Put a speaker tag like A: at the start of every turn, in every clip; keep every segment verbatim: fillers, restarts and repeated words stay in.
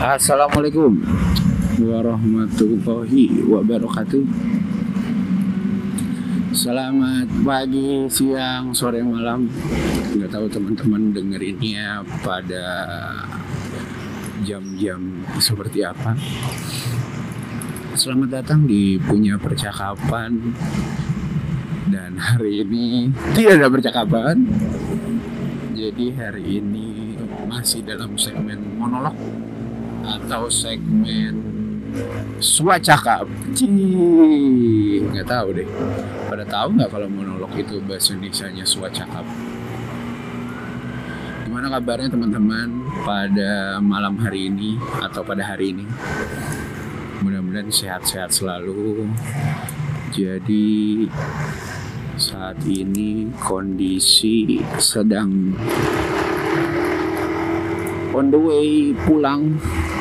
A: Assalamualaikum warahmatullahi wabarakatuh. Selamat pagi, siang, sore, malam. Nggak tahu teman-teman dengerinnya pada jam-jam seperti apa. Selamat datang di Punya Percakapan. Dan hari ini tidak ada percakapan. Jadi hari ini masih dalam segmen monolog atau segmen swacakap. Cih, nggak tahu deh. Pada tahu nggak kalau monolog itu bahasa Indonesianya swacakap? Gimana kabarnya teman-teman pada malam hari ini atau pada hari ini? Mudah-mudahan sehat-sehat selalu. Jadi saat ini kondisi sedang on the way pulang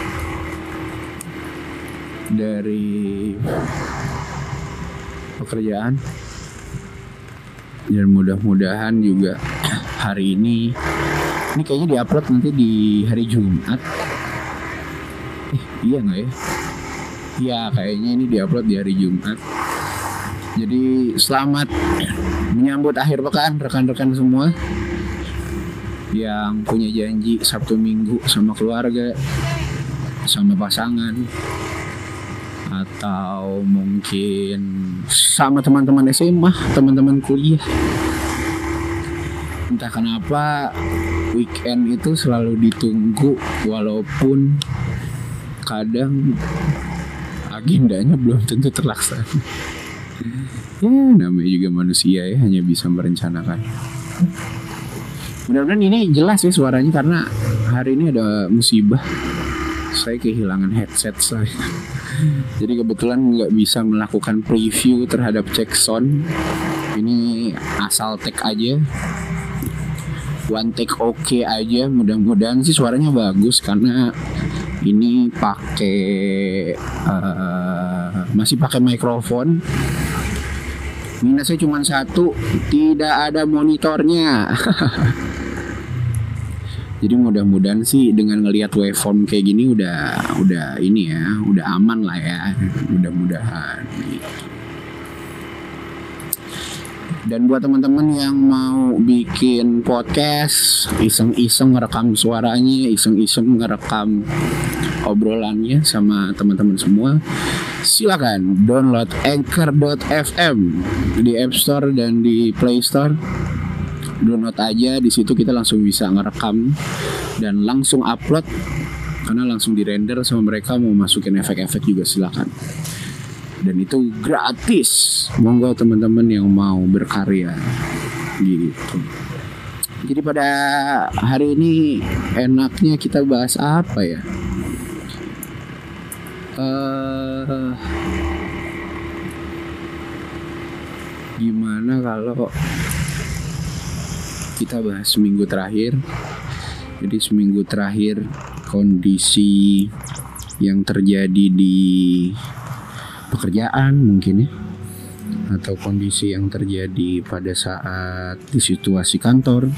A: dari pekerjaan, dan mudah-mudahan juga hari ini ini kayaknya diupload nanti di hari Jumat. Eh iya nggak ya? Iya kayaknya ini diupload di hari Jumat. Jadi selamat menyambut akhir pekan rekan-rekan semua yang punya janji Sabtu Minggu sama keluarga, sama pasangan, atau mungkin sama teman-teman S M A, teman-teman kuliah. Entah kenapa weekend itu selalu ditunggu walaupun kadang agendanya belum tentu terlaksana. Ya namanya juga manusia ya, hanya bisa merencanakan. Mudah-mudahan ini jelas ya suaranya karena hari ini ada musibah. Saya kehilangan headset saya. Jadi kebetulan nggak bisa melakukan preview terhadap cek sound. Ini asal take aja, one take oke okay aja. Mudah-mudahan sih suaranya bagus karena ini pakai uh, masih pakai mikrofon. Minusnya cuma satu, tidak ada monitornya. Jadi mudah-mudahan sih dengan ngelihat waveform kayak gini udah udah ini ya, udah aman lah ya, mudah-mudahan. Dan buat teman-teman yang mau bikin podcast, iseng-iseng ngerekam suaranya, iseng-iseng ngerekam obrolannya sama teman-teman semua, silakan download anchor dot f m di App Store dan di Play Store. Download aja, di situ kita langsung bisa ngerekam dan langsung upload karena langsung di render sama mereka. Mau masukin efek-efek juga silakan. Dan itu gratis. Monggo teman-teman yang mau berkarya gitu. Jadi pada hari ini enaknya kita bahas apa ya? Uh, gimana kalau kita bahas seminggu terakhir? Jadi seminggu terakhir kondisi yang terjadi di pekerjaan mungkin ya, atau kondisi yang terjadi pada saat di situasi kantor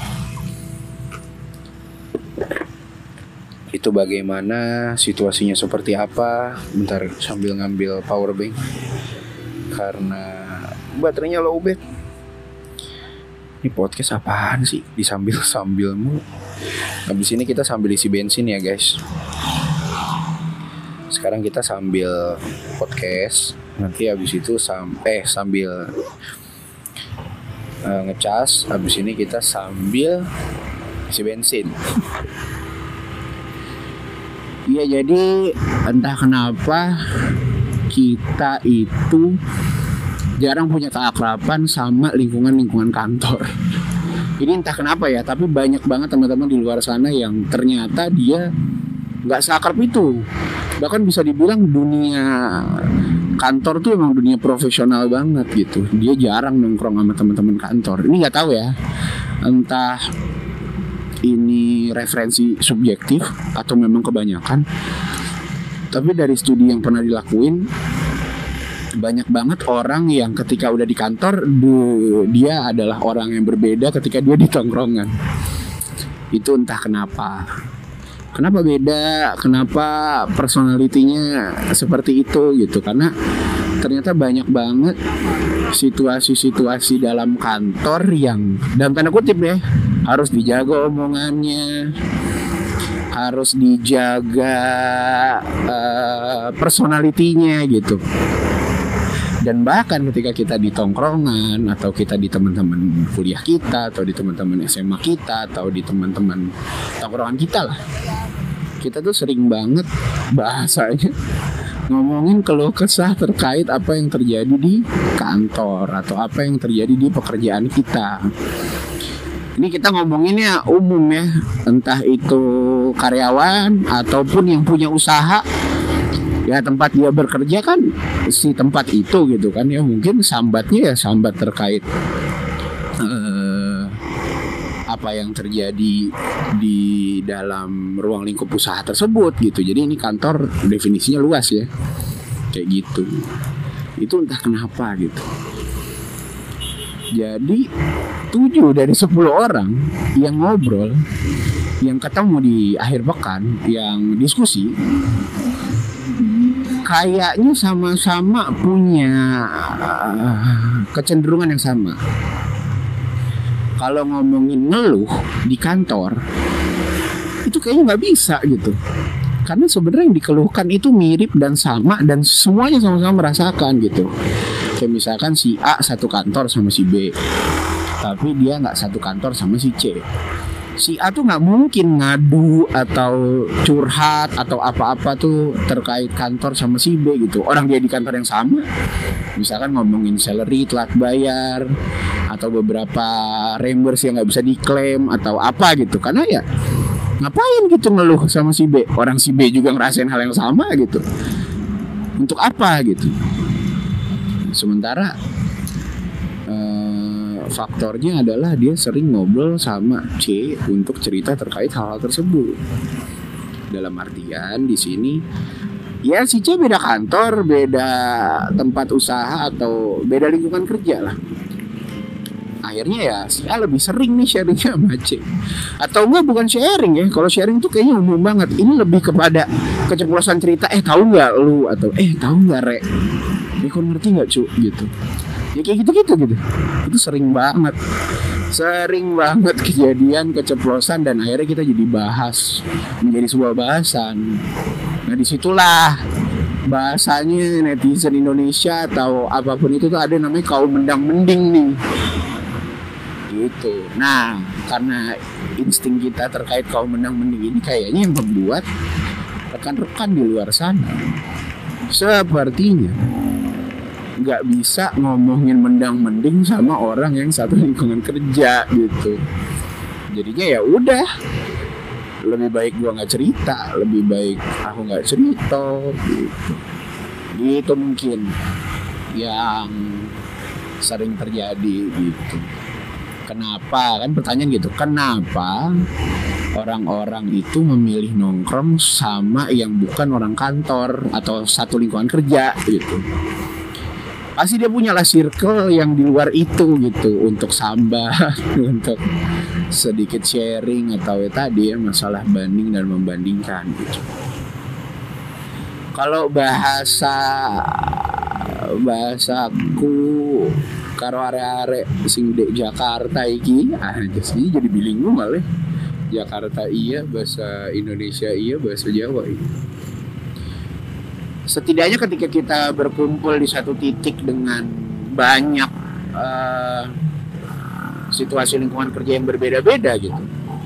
A: itu bagaimana, situasinya seperti apa. Bentar sambil ngambil power bank karena baterainya lowbat. Ini podcast apaan sih disambil-sambil mulu. Habis ini kita sambil isi bensin ya guys. Sekarang kita sambil podcast, nanti habis itu sampai eh, sambil uh, ngecas. Habis ini kita sambil isi bensin. Iya, jadi entah kenapa kita itu jarang punya keakraban sama lingkungan-lingkungan kantor. Ini entah kenapa ya, tapi banyak banget teman-teman di luar sana yang ternyata dia nggak seakrab itu. Bahkan bisa dibilang dunia kantor tuh emang dunia profesional banget gitu. Dia jarang nongkrong sama teman-teman kantor. Ini nggak tahu ya, entah ini referensi subjektif atau memang kebanyakan. Tapi dari studi yang pernah dilakuin, banyak banget orang yang ketika udah di kantor, dia adalah orang yang berbeda ketika dia di tongkrongan. Itu entah kenapa. Kenapa beda? Kenapa personalitinya seperti itu gitu? Karena ternyata banyak banget situasi-situasi dalam kantor yang dalam tanda kutip ya harus dijaga omongannya, harus dijaga uh, personalitinya gitu. Dan bahkan ketika kita di tongkrongan atau kita di teman-teman kuliah kita atau di teman-teman S M A kita atau di teman-teman tongkrongan kita lah, kita tuh sering banget bahasanya ngomongin keluh kesah terkait apa yang terjadi di kantor atau apa yang terjadi di pekerjaan kita. Ini kita ngomonginnya umum ya, entah itu karyawan ataupun yang punya usaha. Ya tempat dia bekerja kan si tempat itu gitu kan ya, mungkin sambatnya ya sambat terkait uh, apa yang terjadi di dalam ruang lingkup usaha tersebut gitu. Jadi ini kantor definisinya luas ya, kayak gitu. Itu entah kenapa gitu. Jadi tujuh dari sepuluh orang yang ngobrol, yang ketemu di akhir pekan, yang diskusi, kayaknya sama-sama punya uh, kecenderungan yang sama. Kalau ngomongin ngeluh di kantor, itu kayaknya nggak bisa gitu. Karena sebenarnya yang dikeluhkan itu mirip dan sama dan semuanya sama-sama merasakan gitu. Kayak misalkan si A satu kantor sama si B, tapi dia nggak satu kantor sama si C. Si A tuh nggak mungkin ngadu atau curhat atau apa-apa tuh terkait kantor sama si B gitu. Orang dia di kantor yang sama, misalkan ngomongin salary telat bayar atau beberapa reimburse yang nggak bisa diklaim atau apa gitu. Karena ya ngapain gitu ngeluh sama si B? Orang si B juga ngerasain hal yang sama gitu. Untuk apa gitu? Sementara eh, faktornya adalah dia sering ngobrol sama C untuk cerita terkait hal-hal tersebut. Dalam artian di sini ya si C beda kantor, beda tempat usaha atau beda lingkungan kerja lah. Akhirnya ya si A lebih sering nih sharingnya sama C. Atau enggak bukan sharing ya. Kalau sharing tuh kayaknya umum banget. Ini lebih kepada keceplosan cerita. Eh tahu nggak lu? Atau eh tahu nggak Rek? Eh kau ngerti nggak cu? Gitu. Ya kayak gitu-gitu gitu. Itu sering banget. Sering banget kejadian keceplosan dan akhirnya kita jadi bahas menjadi sebuah bahasan. Nah disitulah bahasanya netizen Indonesia atau apapun itu tuh ada namanya kaum mendang mending nih. Gitu. Nah, karena insting kita terkait kaum menang mending ini kayaknya yang membuat rekan-rekan di luar sana sepertinya nggak bisa ngomongin mendang mending sama orang yang satu lingkungan kerja gitu. Jadinya ya udah, lebih baik gua nggak cerita, lebih baik aku nggak cerita gitu. Gitu mungkin yang sering terjadi gitu. Kenapa? Kan pertanyaan gitu. Kenapa orang-orang itu memilih nongkrong sama yang bukan orang kantor atau satu lingkungan kerja gitu? Pasti dia punya lah circle yang di luar itu gitu, untuk sambat, untuk sedikit sharing atau ya tadi ya masalah banding dan membandingkan gitu. Kalau bahasa bahasaku karo are-are sing dek Jakarta iki aja sih jadi bilingual malah. Jakarta iya, bahasa Indonesia iya, bahasa Jawa iya. Setidaknya ketika kita berkumpul di satu titik dengan banyak uh, situasi lingkungan kerja yang berbeda-beda gitu.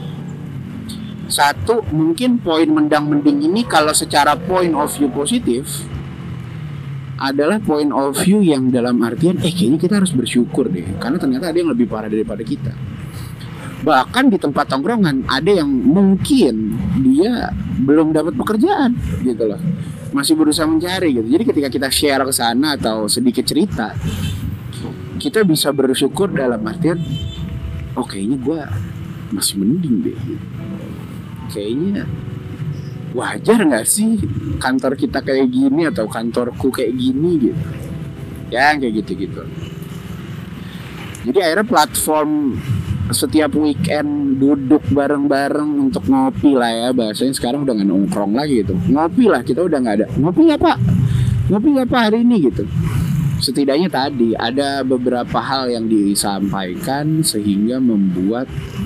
A: Satu, mungkin poin mendang mending ini kalau secara point of view positif adalah point of view yang dalam artian eh kayaknya kita harus bersyukur deh karena ternyata ada yang lebih parah daripada kita. Bahkan di tempat tongkrongan ada yang mungkin dia belum dapat pekerjaan gitu loh, masih berusaha mencari gitu. Jadi ketika kita share ke sana atau sedikit cerita, kita bisa bersyukur dalam artian oh kayaknya gue masih mending deh gitu. Kayaknya wajar gak sih kantor kita kayak gini atau kantorku kayak gini gitu. Ya kayak gitu-gitu. Jadi akhirnya platform setiap weekend duduk bareng-bareng untuk ngopi lah ya, bahasanya sekarang udah nggak nongkrong lagi gitu, ngopi lah, kita udah nggak ada ngopi nggak pak, ngopi nggak pak hari ini gitu. Setidaknya tadi ada beberapa hal yang disampaikan sehingga membuat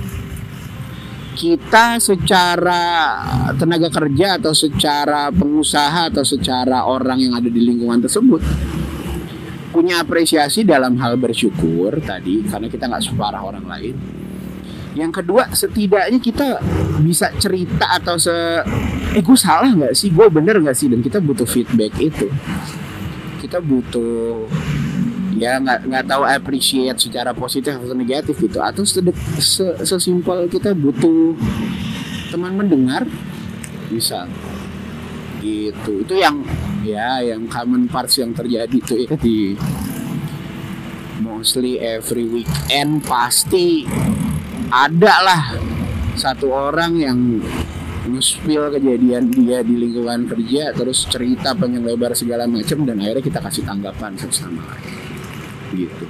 A: kita secara tenaga kerja atau secara pengusaha atau secara orang yang ada di lingkungan tersebut punya apresiasi dalam hal bersyukur tadi, karena kita nggak separah orang lain. Yang kedua, setidaknya kita bisa cerita atau se eh gue salah nggak sih, gue bener nggak sih, dan kita butuh feedback itu. Kita butuh ya nggak nggak tahu appreciate secara positif atau negatif gitu, atau sesimpel kita butuh teman mendengar bisa gitu. Itu yang ya yang common parts yang terjadi tuh ya di mostly every weekend. Pasti ada lah satu orang yang nge-spill kejadian dia di lingkungan kerja, terus cerita panjang lebar segala macam, dan akhirnya kita kasih tanggapan satu sama lain gitu.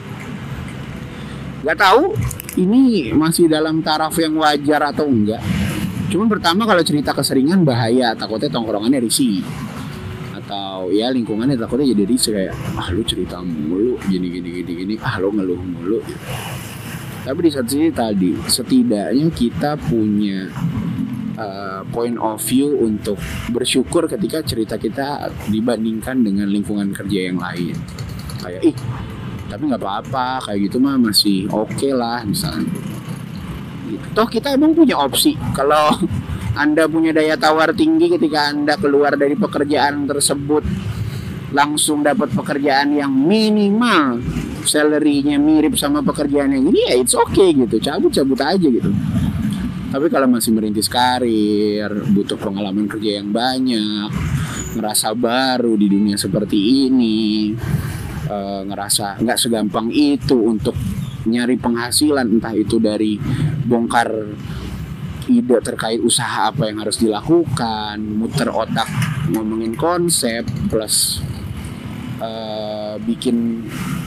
A: Gak tahu ini masih dalam taraf yang wajar atau enggak. Cuman pertama, kalau cerita keseringan bahaya, takutnya tongkrongannya risih, atau ya lingkungannya takutnya jadi risih, kayak ah lu cerita mulu gini gini gini gini, ah lu ngeluh mulu gitu. Tapi di satu sisi tadi, setidaknya kita punya uh, point of view untuk bersyukur ketika cerita kita dibandingkan dengan lingkungan kerja yang lain. Kayak ih, tapi nggak apa-apa, kayak gitu mah masih oke okay lah misalnya. Gitu. Toh kita emang punya opsi. Kalau Anda punya daya tawar tinggi ketika Anda keluar dari pekerjaan tersebut, langsung dapat pekerjaan yang minimal salary-nya mirip sama pekerjaan yang ini, ya it's okay gitu, cabut-cabut aja gitu. Tapi kalau masih merintis karir, butuh pengalaman kerja yang banyak, ngerasa baru di dunia seperti ini, e, ngerasa nggak segampang itu untuk nyari penghasilan, entah itu dari bongkar ide terkait usaha apa yang harus dilakukan, muter otak ngomongin konsep, plus e, bikin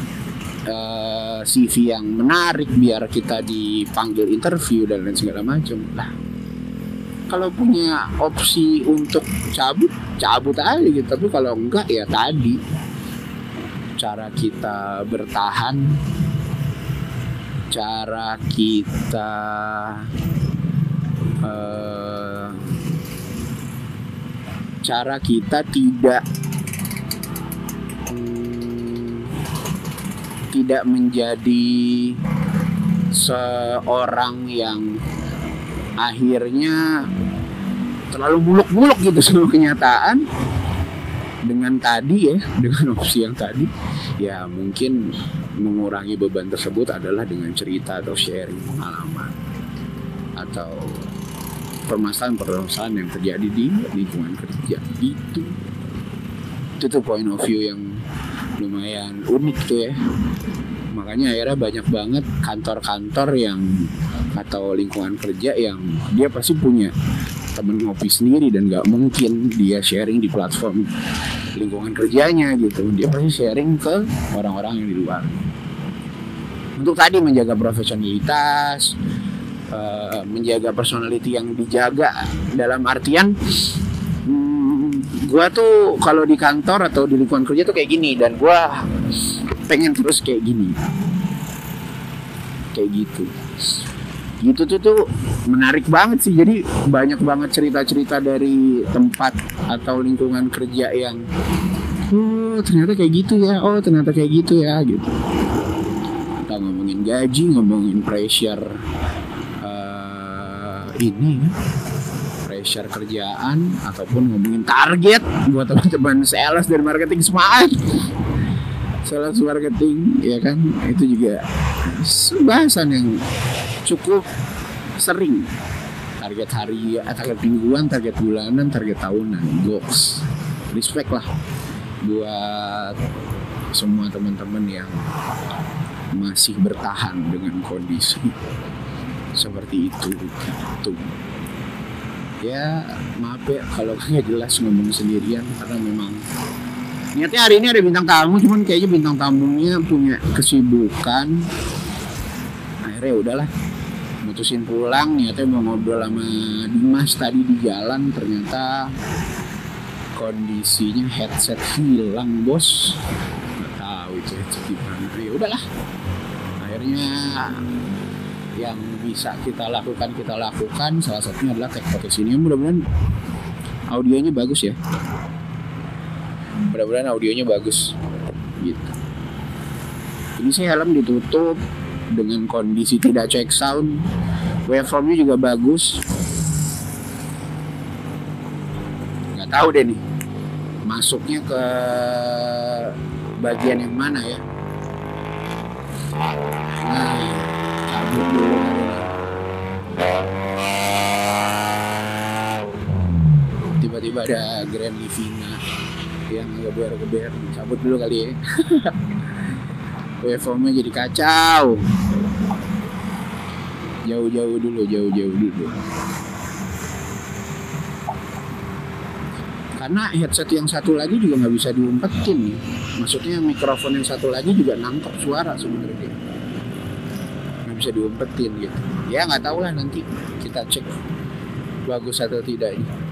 A: Uh, C V yang menarik biar kita dipanggil interview dan lain segala macam. Lah, kalau punya opsi untuk cabut, cabut aja gitu. Tapi kalau enggak, ya tadi cara kita bertahan, cara kita uh, cara kita tidak tidak menjadi seorang yang akhirnya terlalu muluk-muluk gitu sama kenyataan. Dengan tadi ya, dengan opsi yang tadi, ya mungkin mengurangi beban tersebut adalah dengan cerita atau sharing pengalaman atau permasalahan-permasalahan yang terjadi di lingkungan kerja. Itu itu tuh point of view yang lumayan unik tuh ya. Makanya akhirnya banyak banget kantor-kantor yang atau lingkungan kerja yang dia pasti punya temen ngopi sendiri, dan gak mungkin dia sharing di platform lingkungan kerjanya gitu. Dia pasti sharing ke orang-orang yang di luar. Untuk tadi menjaga profesionalitas, uh, menjaga personality yang dijaga, dalam artian gue tuh kalau di kantor atau di lingkungan kerja tuh kayak gini, dan gue pengen terus kayak gini, kayak gitu. Gitu tuh tuh menarik banget sih. Jadi banyak banget cerita-cerita dari tempat atau lingkungan kerja yang oh ternyata kayak gitu ya, oh ternyata kayak gitu ya gitu. Kita ngomongin gaji, ngomongin pressure uh, ini pressure kerjaan, ataupun ngomongin target buat teman-teman sales dan marketing semangat. Sales marketing ya kan, itu juga bahasan yang cukup sering. Target hari, target mingguan, target bulanan, target tahunan, goals. Respect lah buat semua teman-teman yang masih bertahan dengan kondisi seperti itu gitu. Ya maaf ya kalau nggak jelas ngomong sendirian, karena memang niatnya hari ini ada bintang tamu, cuman kayaknya bintang tamunya punya kesibukan. Akhirnya udahlah, mutusin pulang, niatnya mau ngobrol sama Dimas tadi di jalan, ternyata kondisinya headset hilang bos. Nggak tahu itu headset gimana. Ya udahlah, akhirnya yang bisa kita lakukan kita lakukan. Salah satunya adalah take podcast ini. Mudah-mudahan audionya bagus ya. Mudah-mudahan audionya bagus gitu. Ini sih helm ditutup dengan kondisi tidak check sound. Waveformnya juga bagus. Nggak tahu deh nih masuknya ke bagian yang mana ya. Nah, cabut dulu. Tiba-tiba ada Grand Livina yang geber-geber, cabut dulu kali ya. Waveformnya jadi kacau. Jauh-jauh dulu, jauh-jauh dulu. Karena headset yang satu lagi juga nggak bisa diumpetin nih. Maksudnya mikrofon yang satu lagi juga nangkep suara sebenarnya. Nggak bisa diumpetin gitu. Ya nggak tahu lah, nanti kita cek bagus atau tidak.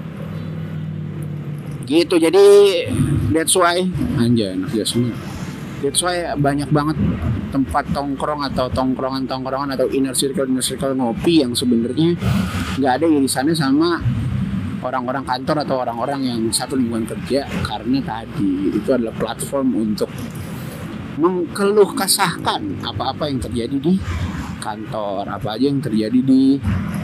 A: Gitu, jadi that's why anjay anak jasmine. That's why banyak banget tempat tongkrong atau tongkrongan-tongkrongan atau inner circle inner circle ngopi yang sebenarnya nggak ada irisannya sama orang-orang kantor atau orang-orang yang satu lingkungan kerja, karena tadi itu adalah platform untuk mengeluh kesahkan apa-apa yang terjadi di kantor, apa aja yang terjadi di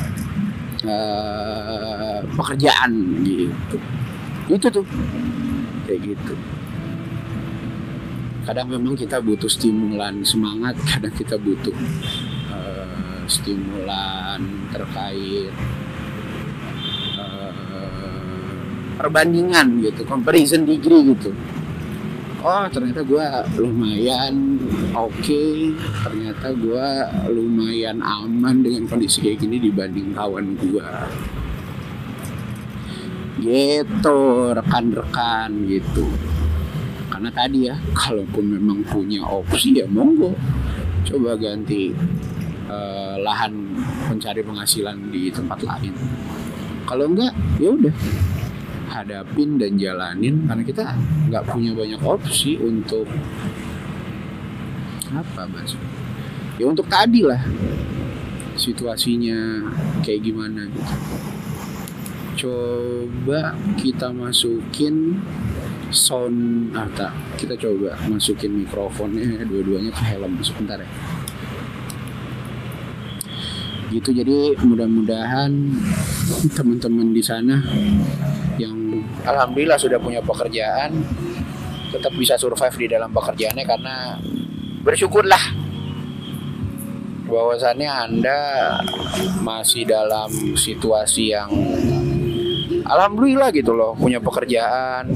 A: uh, pekerjaan gitu. Itu tuh kayak gitu. Kadang memang kita butuh stimulan semangat, kadang kita butuh uh, stimulan terkait uh, perbandingan gitu, comparison degree gitu. Oh ternyata gue lumayan oke, okay. Ternyata gue lumayan aman dengan kondisi kayak gini dibanding kawan gue. Gitu rekan-rekan gitu. Karena tadi ya, kalaupun memang punya opsi ya monggo coba ganti uh, lahan pencari penghasilan di tempat lain. Kalau enggak ya udah hadapin dan jalanin, karena kita nggak punya banyak opsi untuk apa mas? Ya untuk tadi lah situasinya kayak gimana gitu. Coba kita masukin sound, ah tak, kita coba masukin mikrofonnya dua-duanya ke helm sebentar ya. Gitu, jadi mudah-mudahan teman-teman di sana yang alhamdulillah sudah punya pekerjaan tetap bisa survive di dalam pekerjaannya, karena bersyukurlah bahwasannya Anda masih dalam situasi yang alhamdulillah gitu loh, punya pekerjaan,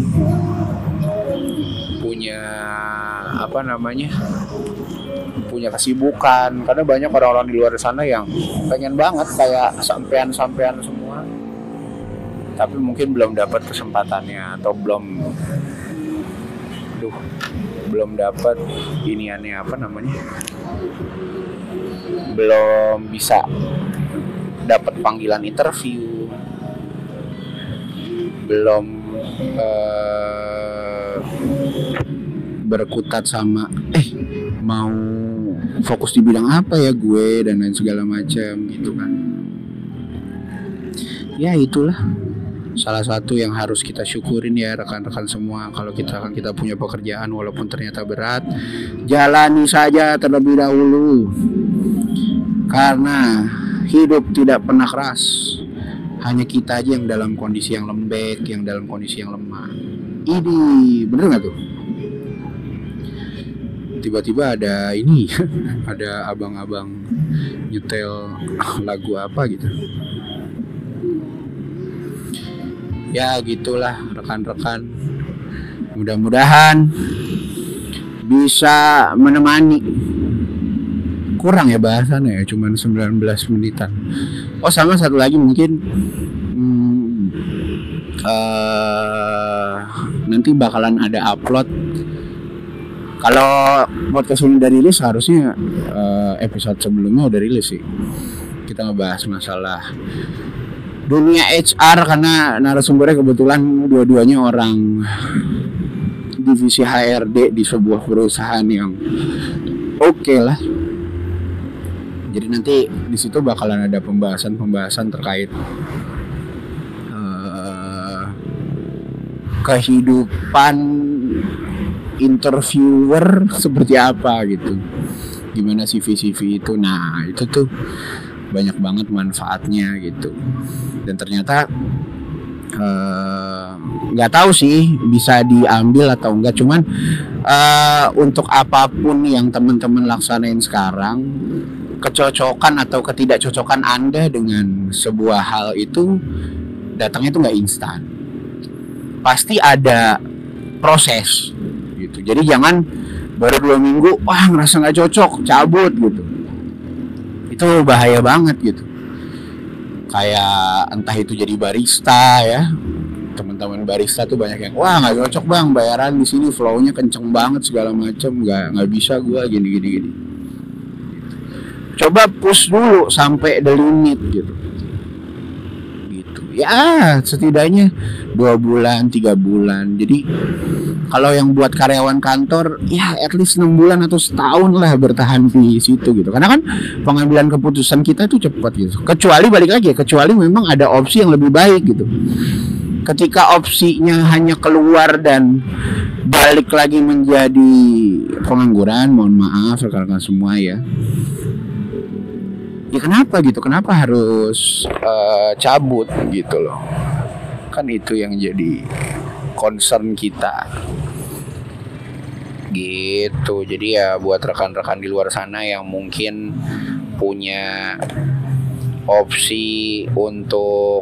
A: punya apa namanya, punya kesibukan. Karena banyak orang-orang di luar sana yang pengen banget kayak sampean-sampean semua, tapi mungkin belum dapat kesempatannya atau belum duh belum dapat iniannya apa namanya belum bisa dapat panggilan interview, belum uh, berkutat sama eh mau fokus di bidang apa ya gue dan lain segala macam gitu kan. Ya itulah salah satu yang harus kita syukurin ya rekan-rekan semua. Kalau kita kan kita punya pekerjaan walaupun ternyata berat, jalani saja terlebih dahulu, karena hidup tidak pernah keras. Hanya kita aja yang dalam kondisi yang lembek, yang dalam kondisi yang lemah. Ini bener nggak tuh? Tiba-tiba ada ini, ada abang-abang nyetel lagu apa gitu. Ya gitulah rekan-rekan. Mudah-mudahan bisa menemani. Kurang ya bahasannya ya, cuman sembilan belas menitan. Oh sama satu lagi mungkin hmm, uh, nanti bakalan ada upload. Kalau podcast ini udah rilis harusnya uh, episode sebelumnya udah rilis sih. kita ngebahas masalah dunia H R karena narasumbernya kebetulan dua-duanya orang divisi H R D di sebuah perusahaan yang oke okay lah. Jadi nanti di situ bakalan ada pembahasan-pembahasan terkait uh, kehidupan interviewer seperti apa gitu. Gimana C V C V itu. Nah, itu tuh banyak banget manfaatnya gitu. Dan ternyata nggak uh, tahu sih bisa diambil atau enggak. Cuman uh, untuk apapun yang teman-teman laksanain sekarang, kecocokan atau ketidakcocokan Anda dengan sebuah hal itu datangnya itu nggak instan. Pasti ada proses gitu. Jadi jangan baru dua minggu wah ngerasa nggak cocok cabut gitu. Itu bahaya banget gitu. Kayak entah itu jadi barista ya. Teman-teman barista tuh banyak yang wah nggak cocok bang, bayaran di sini flow-nya kenceng banget segala macem, nggak nggak bisa gue gini gini gini. Coba push dulu sampai the limit gitu. Gitu. Ya, setidaknya dua bulan, tiga bulan. Jadi kalau yang buat karyawan kantor, ya at least enam bulan atau setahun lah bertahan di situ gitu. Karena kan pengambilan keputusan kita itu cepat gitu. Kecuali balik lagi, kecuali memang ada opsi yang lebih baik gitu. Ketika opsinya hanya keluar dan balik lagi menjadi pengangguran, mohon maaf rekan-rekan semua ya. Ya kenapa gitu? Kenapa harus uh, cabut gitu loh? Kan itu yang jadi concern kita. Gitu. Jadi ya buat rekan-rekan di luar sana yang mungkin punya opsi untuk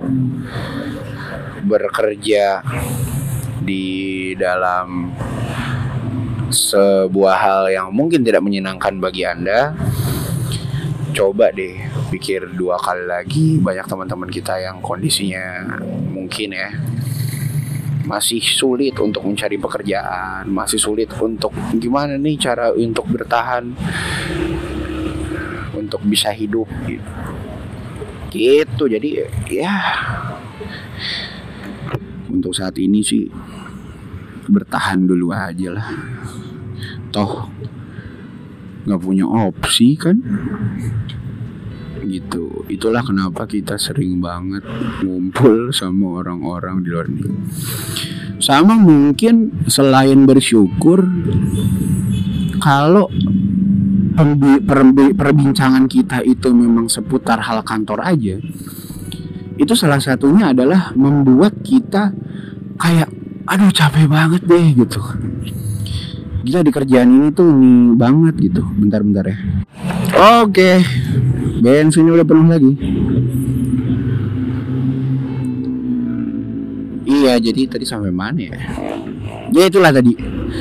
A: bekerja di dalam sebuah hal yang mungkin tidak menyenangkan bagi Anda, coba deh pikir dua kali lagi. Banyak teman-teman kita yang kondisinya mungkin ya masih sulit untuk mencari pekerjaan, masih sulit untuk gimana nih cara untuk bertahan, untuk bisa hidup gitu. Gitu. Jadi ya untuk saat ini sih bertahan dulu aja lah. Toh nggak punya opsi kan gitu. Itulah kenapa kita sering banget ngumpul sama orang-orang di luar negeri. Sama mungkin selain bersyukur, kalau pembi- perbi- perbincangan kita itu memang seputar hal kantor aja, itu salah satunya adalah membuat kita kayak aduh capek banget deh gitu. Gila di kerjaan ini tuh ini banget gitu. Bentar-bentar ya. Oke, bensinnya udah penuh lagi. Iya, jadi tadi sampai mana ya? Ya itulah tadi.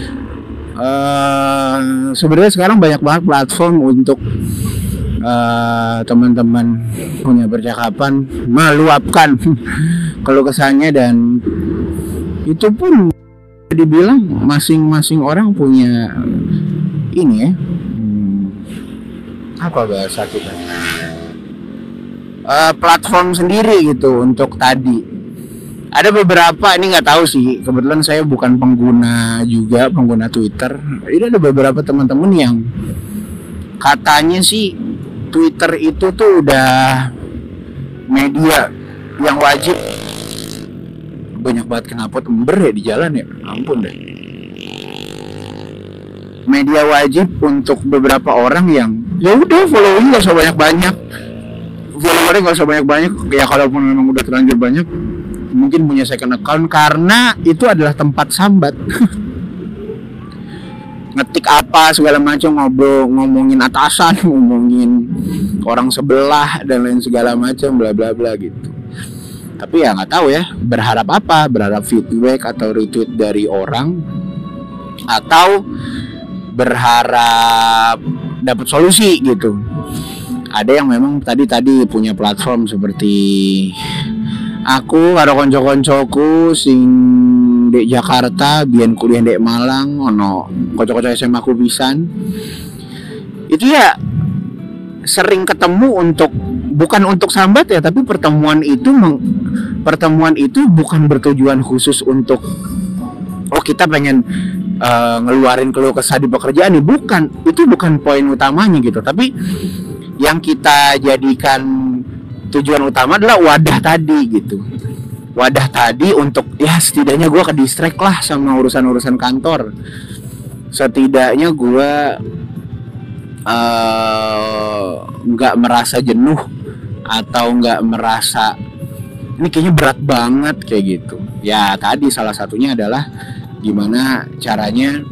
A: Uh, sebenarnya sekarang banyak banget platform untuk uh, teman-teman punya percakapan, meluapkan keluh kesahnya, dan itu pun dibilang masing-masing orang punya ini ya, hmm, apa bahasa kita, uh, platform sendiri gitu untuk tadi. Ada beberapa, ini nggak tahu sih, kebetulan saya bukan pengguna juga, pengguna Twitter. Ini ada beberapa teman-teman yang katanya sih Twitter itu tuh udah media yang wajib. Banyak banget knalpot ember ya di jalan ya, ampun deh. Media wajib untuk beberapa orang yang ya udah following nggak usah banyak-banyak, followernya nggak usah banyak-banyak. Ya kalaupun memang udah terlanjur banyak, mungkin punya second account karena itu adalah tempat sambat. Ngetik apa segala macam, ngobrol, ngomongin atasan, ngomongin orang sebelah dan lain segala macam, bla bla bla gitu. Tapi ya nggak tahu ya, berharap apa? Berharap feedback atau retweet dari orang, atau berharap dapat solusi gitu. Ada yang memang tadi tadi punya platform seperti aku karo konco-koncoku sing di Jakarta, biyen kuliah di Malang, ono konco-konco S M A ku pisan. Itu ya sering ketemu untuk bukan untuk sambat ya, tapi pertemuan itu meng, pertemuan itu bukan bertujuan khusus untuk oh kita pengen uh, ngeluarin keluh kesah di pekerjaan nih, bukan, itu bukan poin utamanya gitu. Tapi yang kita jadikan tujuan utama adalah wadah tadi gitu, wadah tadi untuk ya setidaknya gue ke distract lah sama urusan-urusan kantor, setidaknya gue nggak uh, merasa jenuh atau nggak merasa ini kayaknya berat banget kayak gitu. Ya tadi salah satunya adalah gimana caranya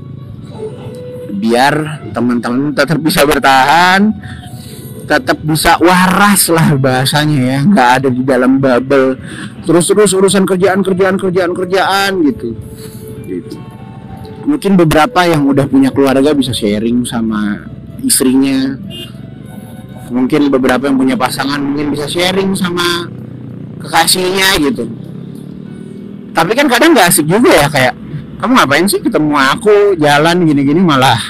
A: biar teman-teman tetap bisa bertahan, tetap bisa waras lah bahasanya ya, nggak ada di dalam bubble terus-terus urusan kerjaan kerjaan kerjaan kerjaan gitu. Gitu. Mungkin beberapa yang udah punya keluarga bisa sharing sama istrinya, mungkin beberapa yang punya pasangan mungkin bisa sharing sama kekasihnya gitu. Tapi kan kadang nggak asik juga ya, kayak kamu ngapain sih ketemu aku jalan gini-gini malah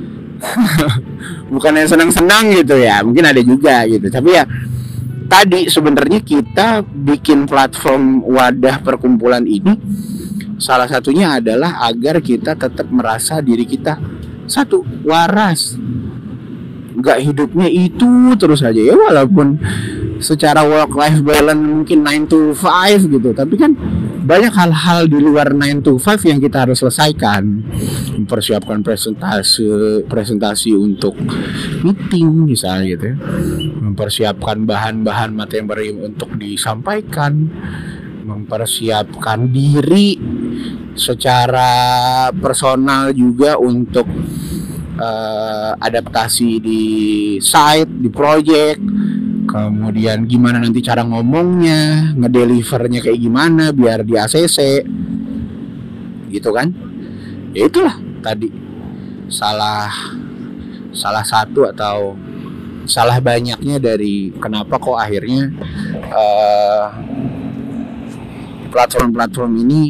A: bukannya senang-senang gitu ya, mungkin ada juga gitu. Tapi ya tadi sebenarnya kita bikin platform wadah perkumpulan ini salah satunya adalah agar kita tetap merasa diri kita satu waras, nggak hidupnya itu terus aja ya, walaupun secara work life balance mungkin nine to five gitu, tapi kan banyak hal-hal di luar nine to five yang kita harus selesaikan. Mempersiapkan presentasi presentasi untuk meeting misalnya gitu ya, mempersiapkan bahan-bahan materi untuk disampaikan, mempersiapkan diri secara personal juga untuk uh, adaptasi di site, di project. Kemudian gimana nanti cara ngomongnya, ngedelivernya kayak gimana biar di A C C gitu kan. Ya itulah tadi salah salah satu atau salah banyaknya dari kenapa kok akhirnya uh, platform-platform ini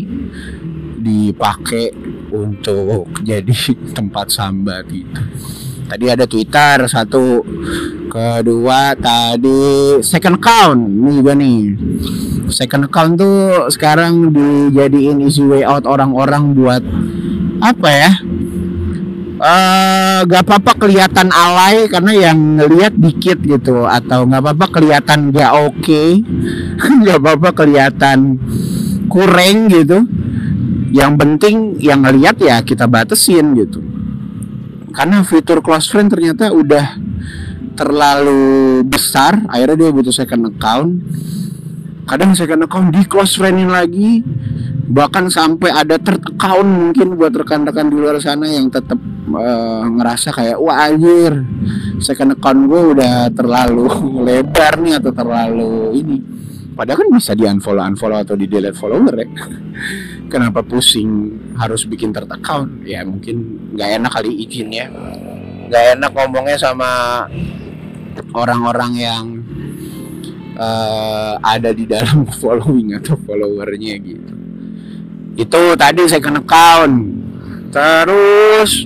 A: dipakai untuk jadi tempat sambat gitu. Tadi ada Twitter satu, kedua tadi second account ini juga nih. Second account tuh sekarang dijadiin easy way out orang-orang buat apa ya? Uh, gak apa-apa kelihatan alay karena yang ngelihat dikit gitu, atau gak apa-apa kelihatan gak oke, okay. Gak apa-apa kelihatan kurang gitu. Yang penting yang ngelihat ya kita batasin gitu. Karena fitur close friend ternyata udah terlalu besar, akhirnya dia butuh second account. Kadang second account di close friendin lagi, bahkan sampai ada third account mungkin buat rekan-rekan di luar sana yang tetap uh, ngerasa kayak wah anjir, second account gue udah terlalu lebar nih atau terlalu ini. Padahal kan bisa di unfollow unfollow atau di delete follower ya. Kenapa pusing harus bikin third account? Ya mungkin nggak enak kali izinnya, nggak enak ngomongnya sama orang-orang yang uh, ada di dalam following atau followernya gitu. Itu tadi second account. Terus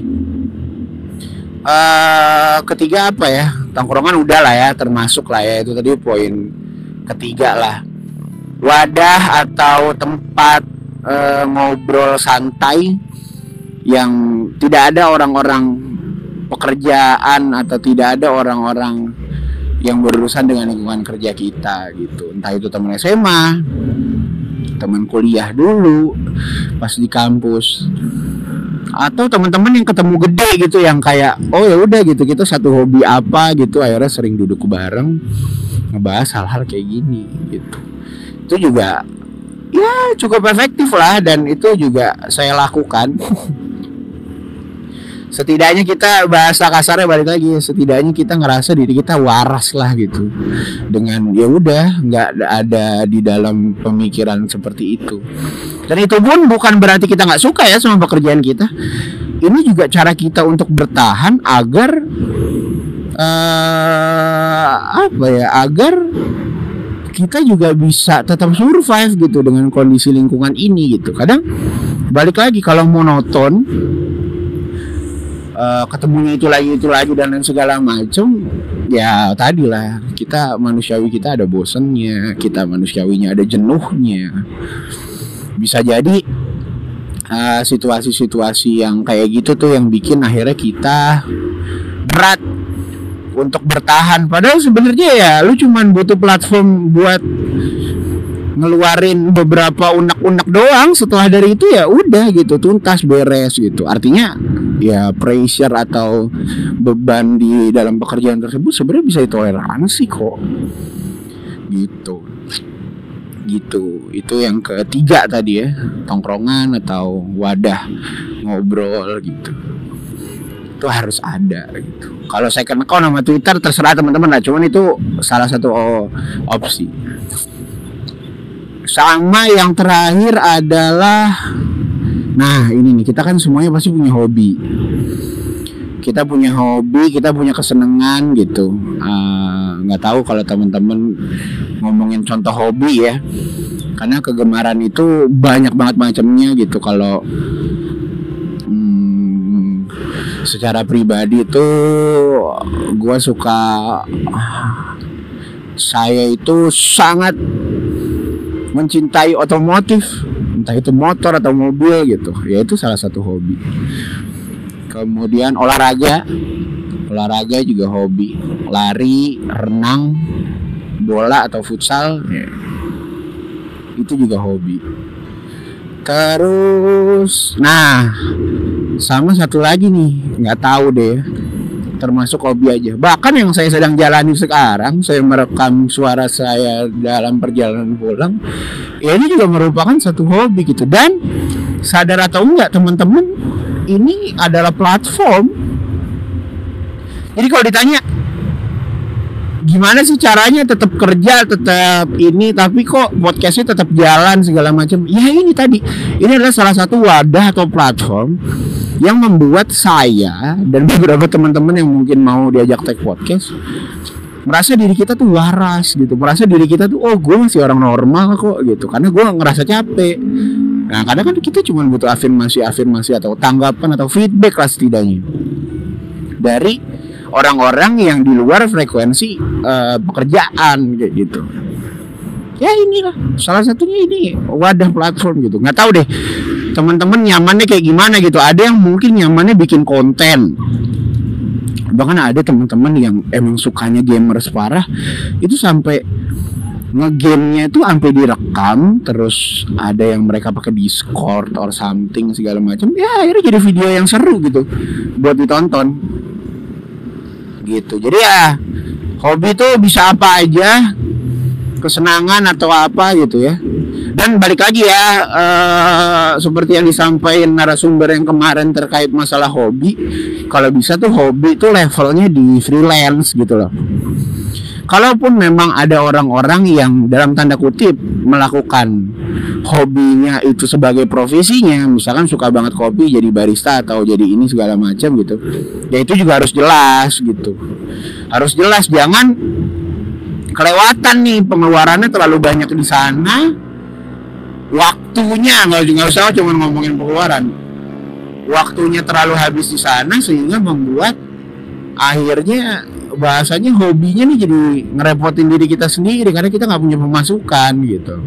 A: uh, ketiga apa ya? Tongkrongan udah lah ya, termasuk lah ya, itu tadi poin ketiga lah. Wadah atau tempat Uh, ngobrol santai yang tidak ada orang-orang pekerjaan atau tidak ada orang-orang yang berurusan dengan lingkungan kerja kita gitu. Entah itu teman S M A, teman kuliah dulu pas di kampus, atau teman-teman yang ketemu gede gitu yang kayak oh ya udah gitu, kita satu hobi apa gitu, akhirnya sering duduk bareng ngebahas hal-hal kayak gini gitu. Itu juga ya cukup efektif lah, dan itu juga saya lakukan. Setidaknya kita bahasa kasarnya balik lagi, setidaknya kita ngerasa diri kita waras lah gitu, dengan ya udah nggak ada di dalam pemikiran seperti itu. Dan itu pun bukan berarti kita nggak suka ya sama pekerjaan kita. Ini juga cara kita untuk bertahan agar uh, apa ya agar kita juga bisa tetap survive gitu dengan kondisi lingkungan ini gitu. Kadang balik lagi kalau monoton, uh, ketemunya itu lagi itu lagi dan lain segala macam. Ya tadi lah, kita manusiawi, kita ada bosennya, kita manusiawinya ada jenuhnya. Bisa jadi uh, situasi-situasi yang kayak gitu tuh yang bikin akhirnya kita berat untuk bertahan. Padahal sebenarnya ya lu cuman butuh platform buat ngeluarin beberapa unek-unek doang. Setelah dari itu ya udah gitu, tuntas, beres gitu. Artinya ya pressure atau beban di dalam pekerjaan tersebut sebenarnya bisa ditoleransi kok. Gitu. Gitu. Itu yang ketiga tadi ya, tongkrongan atau wadah ngobrol gitu. Itu harus ada gitu. Kalau second account sama Twitter terserah teman-teman lah, cuman itu salah satu opsi. Sama yang terakhir adalah, nah ini nih, kita kan semuanya pasti punya hobi. Kita punya hobi, kita punya kesenangan gitu. Nggak uh, tahu kalau teman-teman ngomongin contoh hobi ya, karena kegemaran itu banyak banget macamnya gitu. Kalau hmm, secara pribadi itu gue suka, saya itu sangat mencintai otomotif, entah itu motor atau mobil gitu. Ya itu salah satu hobi. Kemudian olahraga, olahraga juga hobi. Lari, renang, bola atau futsal, ya, itu juga hobi. Terus, nah, sama satu lagi nih, nggak tahu deh, termasuk hobi aja. Bahkan yang saya sedang jalani sekarang, saya merekam suara saya dalam perjalanan pulang, ya ini juga merupakan satu hobi gitu. Dan sadar atau enggak teman-teman, ini adalah platform. Jadi kalau ditanya gimana sih caranya tetap kerja, tetap ini, tapi kok podcastnya tetap jalan segala macam, ya ini tadi, ini adalah salah satu wadah atau platform yang membuat saya dan beberapa teman-teman yang mungkin mau diajak take podcast merasa diri kita tuh waras gitu, merasa diri kita tuh oh gue masih orang normal kok gitu, karena gue ngerasa capek. Nah kadang kan kita cuma butuh afirmasi-afirmasi atau tanggapan atau feedback lah setidaknya dari orang-orang yang di luar frekuensi uh, pekerjaan kayak gitu. Ya inilah salah satunya, ini wadah platform gitu. Nggak tahu deh teman-teman nyamannya kayak gimana gitu. Ada yang mungkin nyamannya bikin konten, bahkan ada teman-teman yang emang sukanya gamers parah, itu sampai ngegamenya itu sampai direkam, terus ada yang mereka pakai Discord or something segala macam. Ya akhirnya jadi video yang seru gitu buat ditonton gitu. Jadi ya hobi itu bisa apa aja, kesenangan atau apa gitu ya. Dan balik lagi ya, uh, seperti yang disampaikan narasumber yang kemarin terkait masalah hobi, kalau bisa tuh hobi itu levelnya di freelance gitu loh. Kalaupun memang ada orang-orang yang dalam tanda kutip melakukan hobinya itu sebagai profesinya, misalkan suka banget kopi jadi barista atau jadi ini segala macam gitu, ya itu juga harus jelas gitu. Harus jelas, jangan kelewatan nih, pengeluarannya terlalu banyak di sana, waktunya nggak nggak usah cuma ngomongin pengeluaran, waktunya terlalu habis di sana sehingga membuat akhirnya bahasanya hobinya nih jadi ngerepotin diri kita sendiri karena kita nggak punya pemasukan gitu.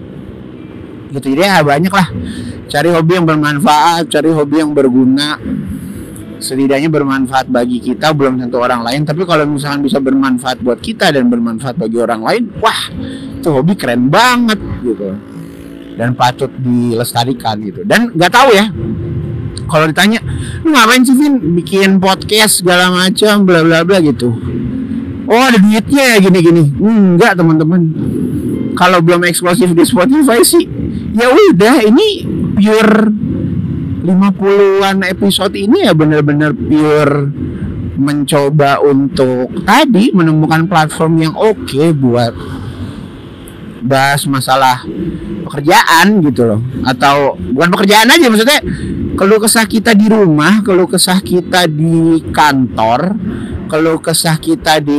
A: Gitu, jadi ya banyak lah, cari hobi yang bermanfaat, cari hobi yang berguna, setidaknya bermanfaat bagi kita, belum tentu orang lain. Tapi kalau misalkan bisa bermanfaat buat kita dan bermanfaat bagi orang lain, wah itu hobi keren banget gitu dan patut dilestarikan gitu. Dan nggak tahu ya, kalau ditanya lu ngapain sih Vin bikin podcast segala macam bla bla bla gitu, oh ada duitnya ya gini-gini. Enggak teman-teman, kalau belum eksklusif di Spotify sih ya udah, ini pure lima puluhan episode ini ya benar-benar pure mencoba untuk tadi menemukan platform yang oke okay buat bahas masalah pekerjaan gitu loh, atau bukan pekerjaan aja, maksudnya keluh kesah kita di rumah, keluh kesah kita di kantor, keluh kesah kita di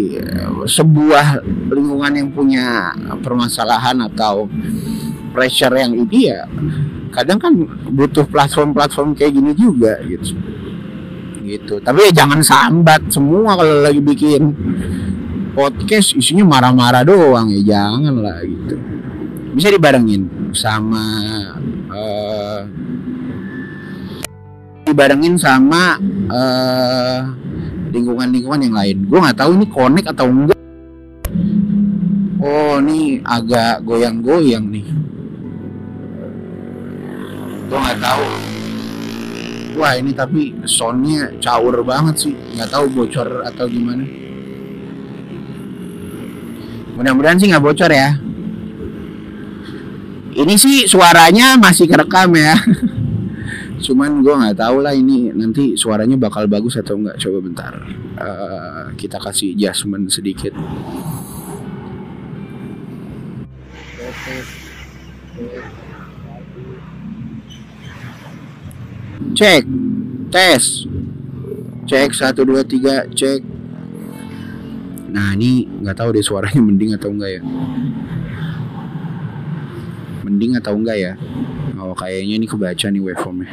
A: sebuah lingkungan yang punya permasalahan atau pressure yang ini, ya kadang kan butuh platform-platform kayak gini juga gitu gitu. Tapi ya jangan sambat semua kalau lagi bikin podcast isinya marah-marah doang, ya jangan lah gitu. Bisa dibarengin sama uh, dibarengin sama uh, lingkungan-lingkungan yang lain. Gue nggak tahu ini connect atau enggak. Oh, ini agak goyang-goyang nih. Gue nggak tahu. Wah, ini tapi soundnya caur banget sih. Nggak tahu bocor atau gimana. Mudah-mudahan sih nggak bocor ya. Ini sih suaranya masih kerekam ya. Cuman gue nggak tahu lah ini nanti suaranya bakal bagus atau enggak. Coba bentar. Uh, kita kasih adjustment sedikit. Cek, tes, cek satu dua tiga, cek. Nah ini nggak tahu deh suaranya mending atau enggak ya. Mending atau enggak ya. Oh kayaknya ini kebaca nih waveformnya.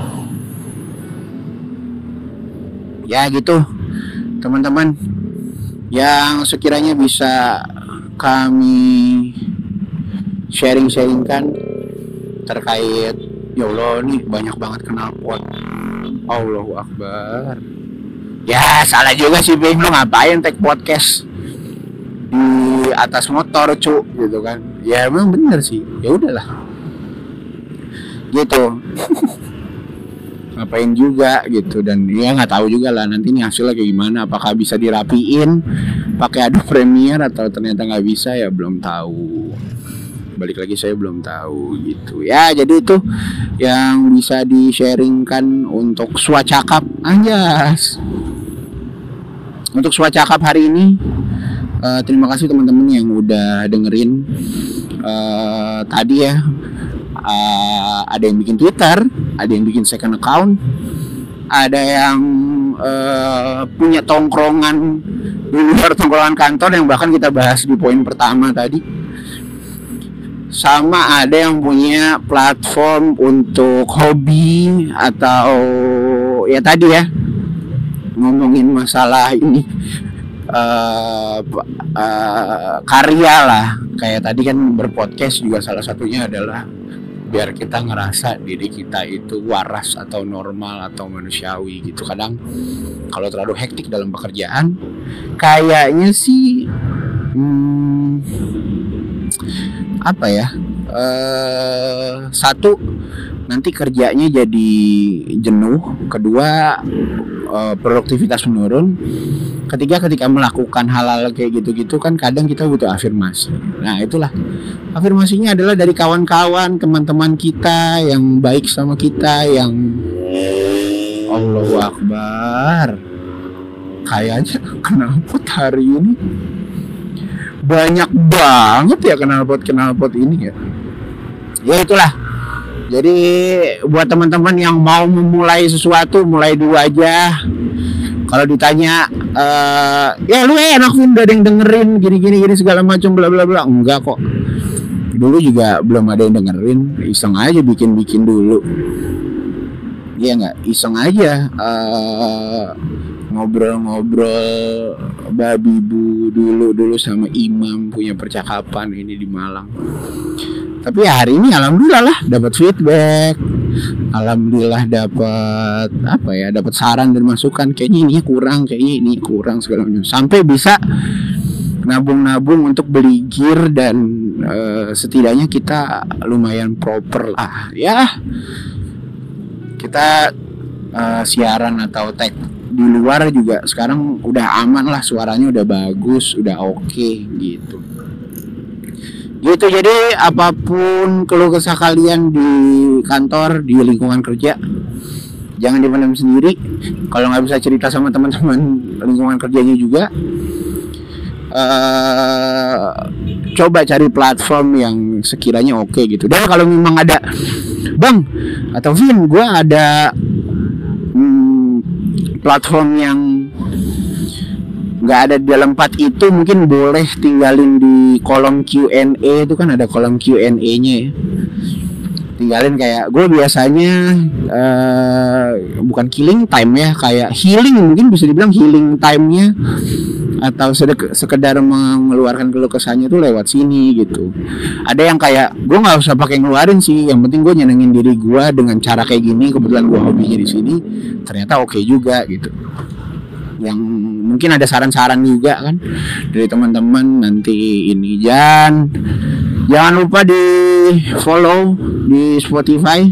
A: Ya gitu teman-teman, yang sekiranya bisa kami sharing-sharingkan terkait, ya Allah nih banyak banget knalpot. Allahu Akbar. Ya salah juga sih Bing, lo ngapain take podcast di atas motor cu gitu kan. Ya emang bener sih, ya udahlah gitu. Ngapain juga gitu, dan ya nggak tahu juga lah nanti nih hasilnya kayak gimana, apakah bisa dirapiin pakai Adobe Premiere atau ternyata nggak bisa, ya belum tahu. Balik lagi saya belum tahu gitu ya. Jadi itu yang bisa di sharingkan untuk Swacakap anjas. Untuk Swacakap hari ini uh, terima kasih teman-teman yang udah dengerin uh, tadi ya. Uh, ada yang bikin Twitter, ada yang bikin second account, ada yang uh, punya tongkrongan di luar tongkrongan kantor yang bahkan kita bahas di poin pertama tadi. Sama ada yang punya platform untuk hobi atau ya tadi ya ngomongin masalah ini uh, uh, karya lah. Kayak tadi kan berpodcast juga salah satunya adalah biar kita ngerasa diri kita itu waras atau normal atau manusiawi gitu. Kadang kalau terlalu hektik dalam pekerjaan kayaknya sih hmm, apa ya uh, satu nanti kerjanya jadi jenuh, kedua uh, produktivitas menurun, ketiga ketika melakukan hal-hal kayak gitu-gitu kan kadang kita butuh afirmasi. Nah itulah afirmasinya adalah dari kawan-kawan, teman-teman kita yang baik sama kita, yang Allahu Akbar. Kayaknya kenapa hari ini banyak banget ya knalpot-knalpot ini ya. Ya itulah. Jadi buat teman-teman yang mau memulai sesuatu, mulai dulu aja. Kalau ditanya uh, ya lu enak Vin udah ada yang dengerin gini-gini gini segala macam bla bla bla, enggak kok. Dulu juga belum ada yang dengerin, iseng aja bikin-bikin dulu. Iya enggak, iseng aja uh, ngobrol-ngobrol babi bu dulu dulu sama Imam punya percakapan ini di Malang. Tapi ya hari ini alhamdulillah lah dapat feedback, alhamdulillah dapat apa ya, dapat saran dan masukan, kayaknya ini kurang, kayaknya ini kurang segala macam, sampai bisa nabung-nabung untuk beli gear dan uh, setidaknya kita lumayan proper lah ya. Kita uh, siaran atau tag di luar juga sekarang udah aman lah, suaranya udah bagus, udah oke okay, gitu. Gitu, jadi apapun keluh kesah kalian di kantor, di lingkungan kerja, jangan dipendam sendiri. Kalau nggak bisa cerita sama teman-teman lingkungan kerjanya juga, uh, coba cari platform yang sekiranya oke okay, gitu. Dan kalau memang ada, Bang atau Vin, gue ada hmm, platform yang nggak ada di dalam empat itu, mungkin boleh tinggalin di kolom Q and A. Itu kan ada kolom Q and A-nya ya. tinggalin. Kayak gue biasanya uh, bukan killing time ya, kayak healing, mungkin bisa dibilang healing time-nya atau sedek, sekedar mengeluarkan keluh kesahnya tuh lewat sini gitu. Ada yang kayak gue nggak usah pakai ngeluarin sih, yang penting gue nyenengin diri gue dengan cara kayak gini. Kebetulan gue hobinya di sini, ternyata oke okay juga gitu. Yang mungkin ada saran-saran juga kan dari teman-teman nanti ini. Jangan jangan lupa di follow di Spotify,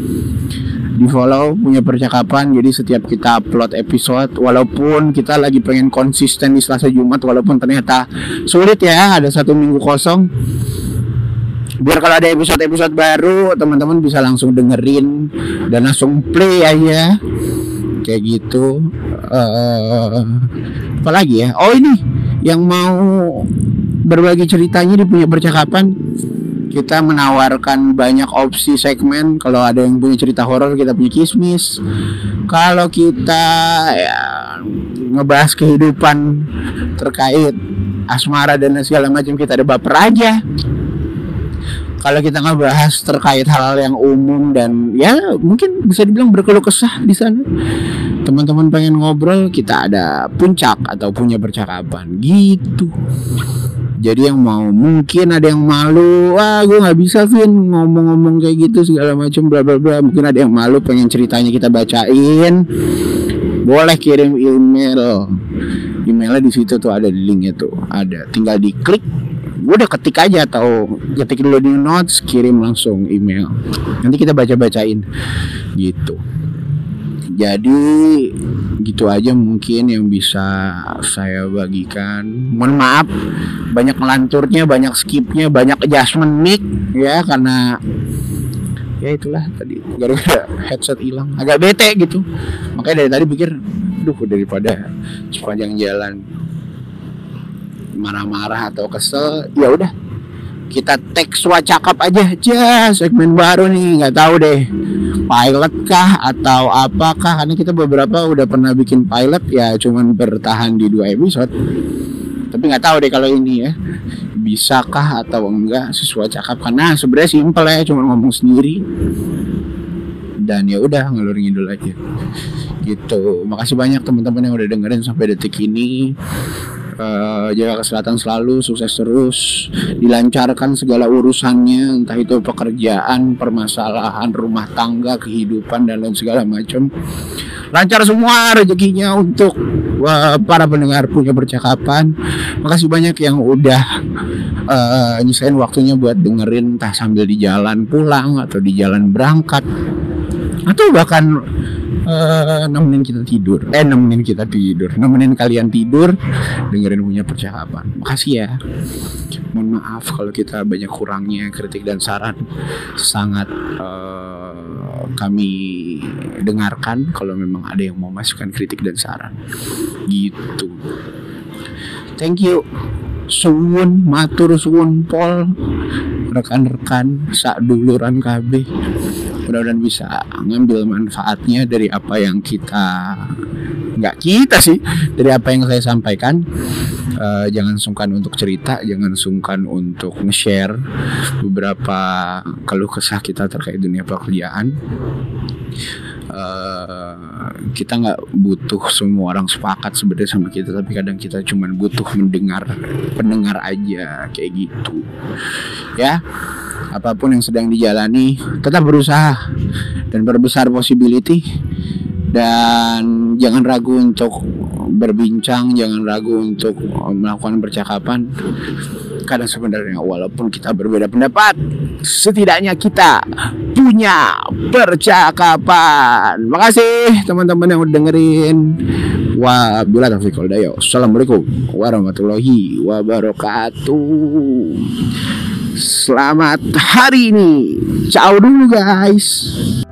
A: di follow Punya Percakapan. Jadi setiap kita upload episode, walaupun kita lagi pengen konsisten di Selasa Jumat, walaupun ternyata sulit ya, ada satu minggu kosong, biar kalau ada episode-episode baru teman-teman bisa langsung dengerin dan langsung play aja kayak gitu. Uh, apalagi ya, oh ini yang mau berbagi ceritanya di Punya Percakapan, kita menawarkan banyak opsi segmen. Kalau ada yang punya cerita horor, kita punya kismis. Kalau kita ya, ngebahas kehidupan terkait asmara dan segala macam, kita ada baper aja. Kalau kita ngebahas terkait hal-hal yang umum dan ya mungkin bisa dibilang berkeluh kesah di sana, teman-teman pengen ngobrol, kita ada Puncak atau Punya Percakapan gitu. Jadi yang mau, mungkin ada yang malu, wah gue nggak bisa Vin ngomong-ngomong kayak gitu segala macam bla bla bla. Mungkin ada yang malu pengen ceritanya kita bacain, boleh kirim email. Emailnya di situ tuh ada, di linknya tuh ada, tinggal diklik, udah ketik aja atau ketik dulu di notes, kirim langsung email, nanti kita baca-bacain gitu. Jadi gitu aja mungkin yang bisa saya bagikan. Mohon maaf banyak melanturnya, banyak skipnya, banyak adjustment mic ya, karena ya itulah tadi gara-gara headset hilang, agak bete gitu. Makanya dari tadi pikir, duh daripada sepanjang jalan marah-marah atau kesel, ya udah kita teks wacakap aja aja segmen baru nih. Nggak tahu deh pilot kah atau apakah, karena kita beberapa udah pernah bikin pilot ya, cuman bertahan di dua episode. Tapi nggak tahu deh kalau ini ya bisakah atau enggak sesuai cakap, karena sebenarnya simpel ya, cuma ngomong sendiri dan ya udah ngalur ngidul aja gitu. Makasih banyak teman-teman yang udah dengerin sampai detik ini. Uh, jaga kesehatan selalu, sukses terus, dilancarkan segala urusannya, entah itu pekerjaan, permasalahan rumah tangga, kehidupan dan lain segala macam. Lancar semua rezekinya untuk uh, para pendengar Punya Percakapan. Makasih banyak yang udah uh, nyisain waktunya buat dengerin, entah sambil di jalan pulang atau di jalan berangkat atau bahkan Uh, nemenin kita tidur, eh nemenin kita tidur, nemenin kalian tidur, dengerin Punya Percakapan. Makasih ya. Mohon maaf kalau kita banyak kurangnya, kritik dan saran sangat uh, kami dengarkan. Kalau memang ada yang mau masukkan kritik dan saran, gitu. Thank you. Suwun, matur suwun pol, rekan-rekan sak duluran K B. Mudah-mudahan bisa ngambil manfaatnya dari apa yang kita, nggak kita sih, dari apa yang saya sampaikan. Uh, jangan sungkan untuk cerita, jangan sungkan untuk nge-share beberapa keluh kesah kita terkait dunia pekerjaan. Uh, kita nggak butuh semua orang sepakat sebenarnya sama kita, tapi kadang kita cuma butuh mendengar, pendengar aja kayak gitu ya. Apapun yang sedang dijalani, tetap berusaha dan berbesar possibility, dan jangan ragu untuk berbincang, jangan ragu untuk melakukan percakapan. Karena sebenarnya walaupun kita berbeda pendapat, setidaknya kita punya percakapan. Makasih teman-teman yang udah dengerin. Wabillahi taufiq wal hidayah. Assalamualaikum warahmatullahi wabarakatuh. Selamat hari ini. Ciao dulu guys.